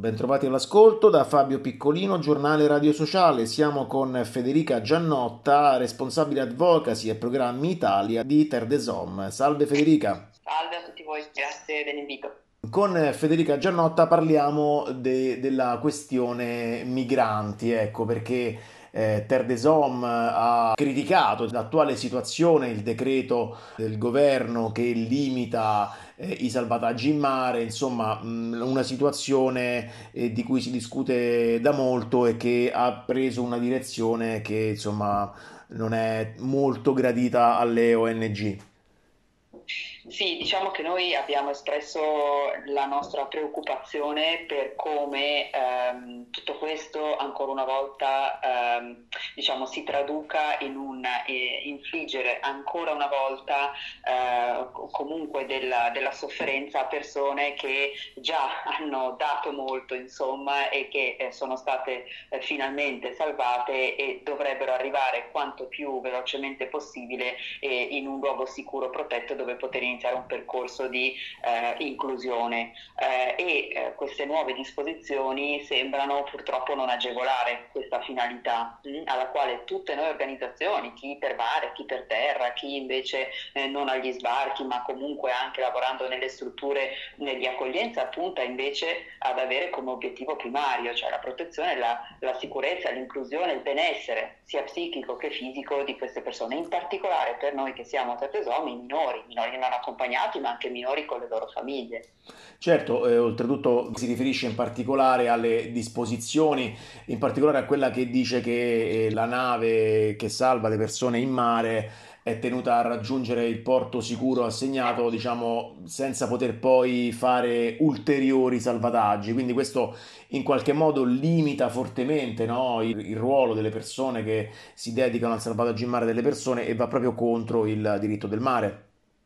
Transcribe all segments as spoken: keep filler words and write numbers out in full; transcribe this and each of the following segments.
Bentrovati all'ascolto da Fabio Piccolino, giornale Radio Sociale. Siamo con Federica Giannotta, responsabile advocacy e programmi Italia di Terre des Hommes. Salve Federica. Salve a tutti voi, grazie dell'invito. Con Federica Giannotta parliamo de- della questione migranti, ecco perché eh, Terre des Hommes ha criticato l'attuale situazione, il decreto del governo che limita eh, i salvataggi in mare, insomma mh, una situazione eh, di cui si discute da molto e che ha preso una direzione che insomma non è molto gradita alle O N G. Sì, diciamo che noi abbiamo espresso la nostra preoccupazione per come ehm, tutto questo ancora una volta ehm, diciamo, si traduca in un eh, infliggere ancora una volta eh, comunque della, della sofferenza a persone che già hanno dato molto, insomma, e che eh, sono state eh, finalmente salvate e dovrebbero arrivare quanto più velocemente possibile eh, in un luogo sicuro, protetto, dove poter iniziare un percorso di eh, inclusione eh, e eh, queste nuove disposizioni sembrano purtroppo non agevolare questa finalità mh, alla quale tutte noi organizzazioni, chi per mare, chi per terra, chi invece eh, non agli sbarchi ma comunque anche lavorando nelle strutture eh, di accoglienza, punta invece ad avere come obiettivo primario, cioè la protezione, la, la sicurezza, l'inclusione, il benessere sia psichico che fisico di queste persone, in particolare per noi che siamo Terre des Hommes, i minori, minori non accompagnati ma anche minori con le loro famiglie. Certo, eh, oltretutto si riferisce in particolare alle disposizioni, in particolare a quella che dice che eh, la nave che salva le persone in mare è tenuta a raggiungere il porto sicuro assegnato, diciamo, senza poter poi fare ulteriori salvataggi. Quindi questo in qualche modo limita fortemente, no, il, il ruolo delle persone che si dedicano al salvataggio in mare delle persone e va proprio contro il diritto del mare.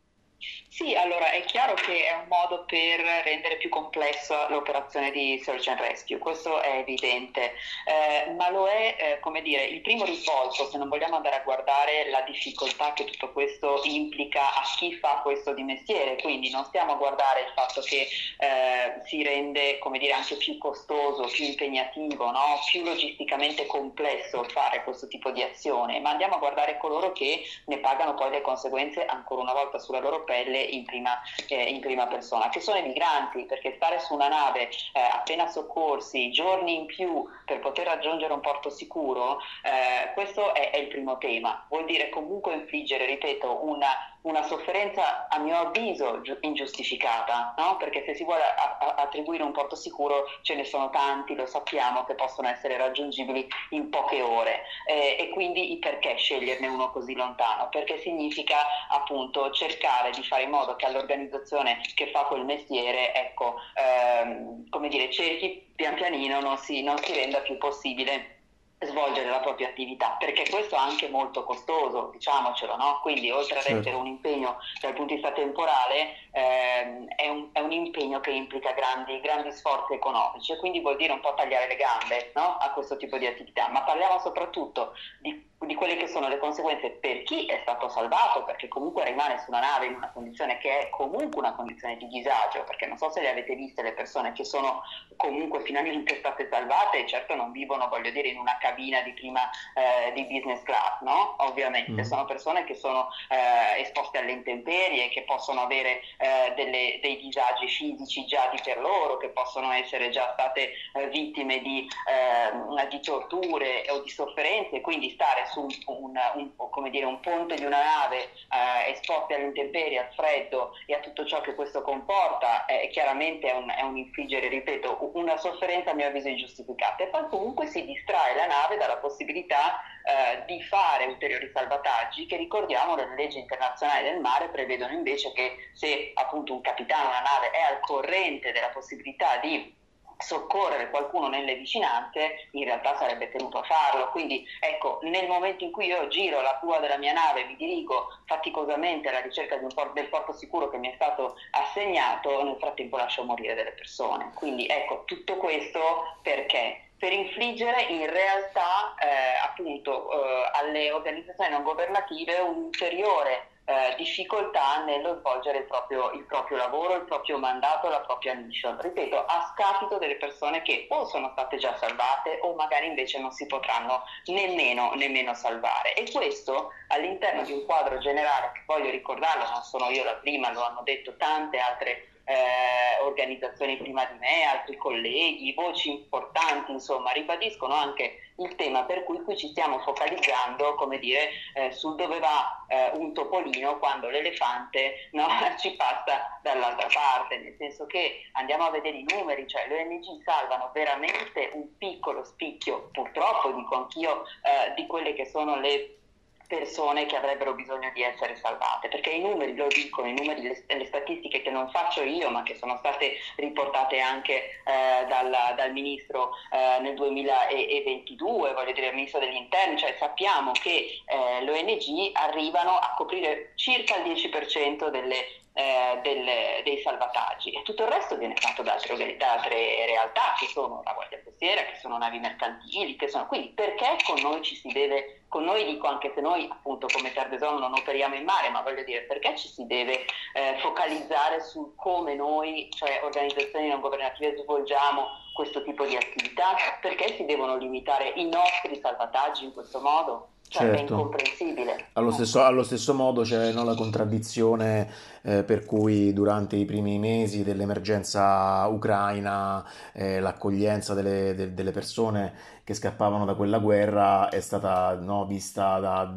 Sì, allora è chiaro che è un modo per rendere più complessa l'operazione di search and rescue, questo è evidente, eh, ma lo è, eh, come dire, il primo risvolto, se non vogliamo andare a guardare la difficoltà che tutto questo implica a chi fa questo di mestiere, quindi non stiamo a guardare il fatto che eh, si rende, come dire, anche più costoso, più impegnativo, no? Più logisticamente complesso fare questo tipo di azione, ma andiamo a guardare coloro che ne pagano poi le conseguenze ancora una volta sulla loro pelle in prima, eh, in prima persona, che sono i migranti, perché stare su una nave eh, appena soccorsi, giorni in più per poter raggiungere un porto sicuro, eh, questo è, è il primo tema. Vuol dire comunque infliggere, ripeto, una, una sofferenza a mio avviso ingiustificata, no? Perché se si vuole a, a, attribuire un porto sicuro ce ne sono tanti, lo sappiamo, che possono essere raggiungibili in poche ore eh, e quindi perché sceglierne uno così lontano? Perché significa appunto cercare di fare in modo che all'organizzazione che fa quel mestiere, ecco, ehm, come dire, cerchi pian pianino non si, non si renda più possibile svolgere la propria attività, perché questo è anche molto costoso, diciamocelo, no? Quindi oltre ad essere Certo. un impegno dal punto di vista temporale, ehm, è, un, è un impegno che implica grandi, grandi sforzi economici e quindi vuol dire un po' tagliare le gambe, no? A questo tipo di attività, ma parliamo soprattutto di di quelle che sono le conseguenze per chi è stato salvato, perché comunque rimane su una nave in una condizione che è comunque una condizione di disagio, perché non so se le avete viste le persone che sono comunque finalmente state salvate e certo non vivono, voglio dire, in una cabina di prima eh, di business class, no? Ovviamente Mm. sono persone che sono eh, esposte alle intemperie, che possono avere eh, delle, dei disagi fisici già di per loro, che possono essere già state eh, vittime di, eh, di torture o di sofferenze, quindi stare su un, un, un, come dire, un ponte di una nave eh, esposti alle intemperie, al freddo e a tutto ciò che questo comporta, eh, chiaramente è un, è un infliggere, ripeto, una sofferenza a mio avviso ingiustificata. E poi comunque si distrae la nave dalla possibilità eh, di fare ulteriori salvataggi che, ricordiamo, le leggi internazionali del mare prevedono invece che se appunto un capitano, una nave è al corrente della possibilità di soccorrere qualcuno nelle vicinanze, in realtà sarebbe tenuto a farlo. Quindi ecco, nel momento in cui io giro la prua della mia nave, mi dirigo faticosamente alla ricerca di un por- del porto sicuro che mi è stato assegnato, nel frattempo lascio morire delle persone. Quindi ecco, tutto questo perché? Per infliggere in realtà eh, appunto eh, alle organizzazioni non governative un ulteriore eh, difficoltà nello svolgere il proprio, il proprio lavoro, il proprio mandato, la propria mission, ripeto, a scapito delle persone che o sono state già salvate o magari invece non si potranno nemmeno, nemmeno salvare. E questo all'interno di un quadro generale, che voglio ricordarlo, non sono io la prima, lo hanno detto tante altre Eh, organizzazioni prima di me, altri colleghi, voci importanti, insomma, ribadiscono anche il tema per cui qui ci stiamo focalizzando, come dire, eh, sul dove va eh, un topolino quando l'elefante, no, ci passa dall'altra parte, nel senso che andiamo a vedere i numeri, cioè le O N G salvano veramente un piccolo spicchio, purtroppo dico anch'io, eh, di quelle che sono le persone che avrebbero bisogno di essere salvate, perché i numeri lo dicono, i numeri, le, le statistiche che non faccio io ma che sono state riportate anche eh, dal, dal ministro eh, nel duemilaventidue, voglio dire il ministro degli interni, cioè sappiamo che eh, le O N G arrivano a coprire circa il dieci per cento delle Eh, delle, dei salvataggi, e tutto il resto viene fatto da altre, da altre realtà che sono la Guardia Costiera, che sono navi mercantili, che sono quindi perché con noi ci si deve, con noi dico anche se noi appunto come Terre des Hommes non operiamo in mare, ma voglio dire perché ci si deve eh, focalizzare su come noi, cioè organizzazioni non governative, svolgiamo questo tipo di attività, perché si devono limitare i nostri salvataggi in questo modo? Cioè è Certo. incomprensibile. Allo stesso, allo stesso modo c'è, no, la contraddizione eh, per cui durante i primi mesi dell'emergenza ucraina eh, l'accoglienza delle, de- delle persone che scappavano da quella guerra è stata, no, vista da,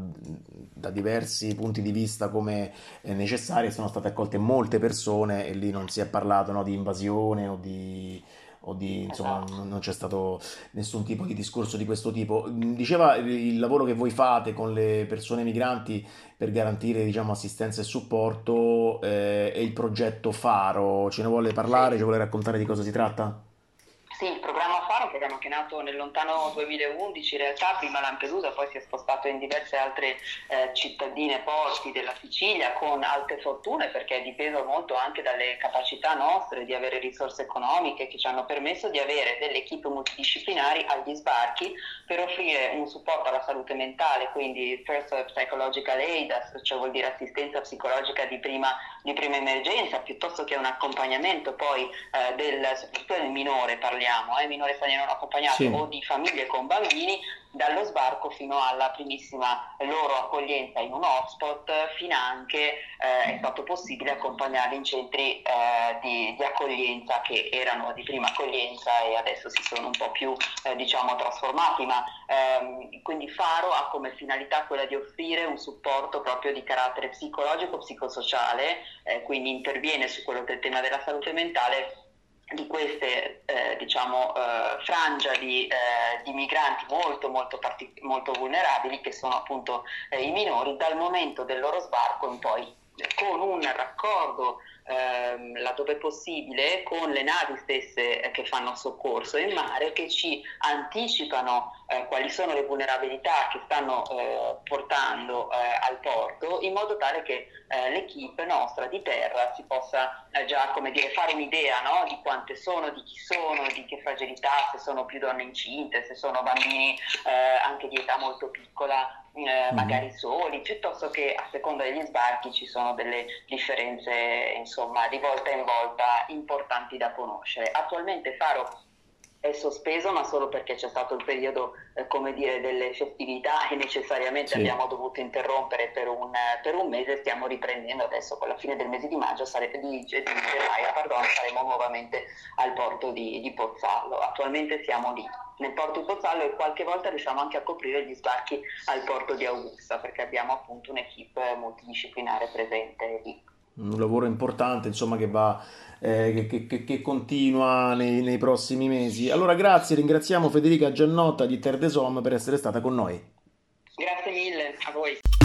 da diversi punti di vista come eh, necessaria, e sono state accolte molte persone e lì non si è parlato, no, di invasione o di, o di, insomma, Esatto. non non c'è stato nessun tipo di discorso di questo tipo. Diceva il il lavoro che voi fate con le persone migranti per garantire, diciamo, assistenza e supporto eh, e il progetto Faro. Ce ne vuole parlare? Ci Sì. vuole raccontare di cosa si tratta? Sì, il programma Faro è un programma che è nato nel lontano duemilaundici, in realtà prima a Lampedusa, poi si è spostato in diverse altre eh, cittadine, porti della Sicilia, con alte fortune perché è dipeso molto anche dalle capacità nostre di avere risorse economiche che ci hanno permesso di avere delle equip multidisciplinari agli sbarchi per offrire un supporto alla salute mentale, quindi First Psychological Aid, cioè vuol dire assistenza psicologica di prima, di prima emergenza, piuttosto che un accompagnamento poi eh, del, soprattutto del minore, parliamo eh, minore straniero non accompagnato Sì. o di famiglie con bambini, dallo sbarco fino alla primissima loro accoglienza in un hotspot, finanche eh, è stato possibile accompagnarli in centri eh, di, di accoglienza che erano di prima accoglienza e adesso si sono un po' più eh, diciamo trasformati, ma ehm, quindi Faro ha come finalità quella di offrire un supporto proprio di carattere psicologico, psicosociale, eh, quindi interviene su quello che è il tema della salute mentale di queste eh, diciamo eh, frangia di, eh, di migranti molto molto, partic- molto vulnerabili che sono appunto eh, i minori dal momento del loro sbarco in poi, con un raccordo ehm, laddove possibile con le navi stesse eh, che fanno soccorso in mare, che ci anticipano eh, quali sono le vulnerabilità che stanno eh, portando eh, al porto, in modo tale che eh, l'equipe nostra di terra si possa eh, già, come dire, fare un'idea, no? Di quante sono, di chi sono, di che fragilità, se sono più donne incinte, se sono bambini eh, anche di età molto piccola, eh, Mhm. magari soli, piuttosto che a seconda degli sbarchi ci sono delle differenze, insomma, di volta in volta importanti da conoscere. Attualmente Faro è sospeso, ma solo perché c'è stato il periodo, eh, come dire, delle festività e necessariamente Sì. abbiamo dovuto interrompere per un, per un mese. Stiamo riprendendo adesso con la fine del mese di maggio, sare- di, di gennaio, pardon, saremo nuovamente al porto di, di Pozzallo. Attualmente siamo lì, nel porto di Pozzallo, e qualche volta riusciamo anche a coprire gli sbarchi al porto di Augusta, perché abbiamo appunto un'equipe multidisciplinare presente lì. Un lavoro importante, insomma, che va, eh, che, che- che- che continua nei, nei prossimi mesi. Allora, grazie, ringraziamo Federica Giannotta di Terre des Hommes per essere stata con noi. Grazie mille a voi.